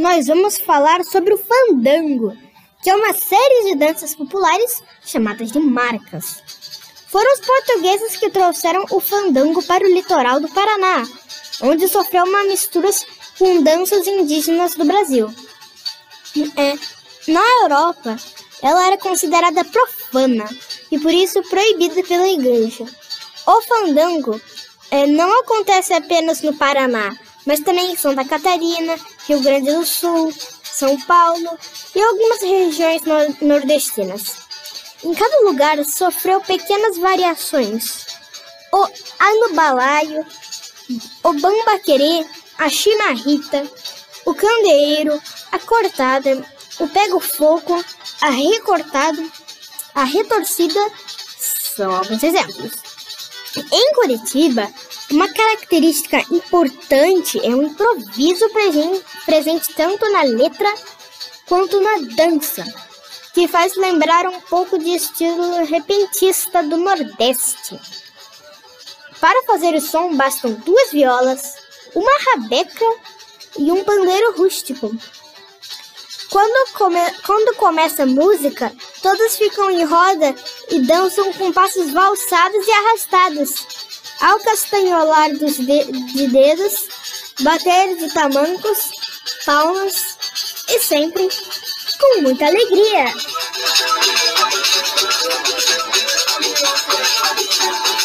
nós vamos falar sobre o fandango, que é uma série de danças populares chamadas de marcas. Foram os portugueses que trouxeram o fandango para o litoral do Paraná, onde sofreu uma mistura com danças indígenas do Brasil. Na Europa, ela era considerada profana e por isso proibida pela igreja. O fandango não acontece apenas no Paraná, mas também em Santa Catarina, Rio Grande do Sul, São Paulo e algumas regiões nordestinas. Em cada lugar sofreu pequenas variações. O anubalaio, o bambaquerê, a chimarrita, o candeeiro, a cortada, o pego-fogo, a recortada, a retorcida são alguns exemplos. Em Curitiba, uma característica importante é o improviso presente tanto na letra quanto na dança, que faz lembrar um pouco de estilo repentista do Nordeste. Para fazer o som bastam 2 violas, uma rabeca e um pandeiro rústico. Quando começa a música, todos ficam em roda e dançam com passos valsados e arrastados, ao castanholar de dedos, bater de tamancos, palmas e sempre com muita alegria.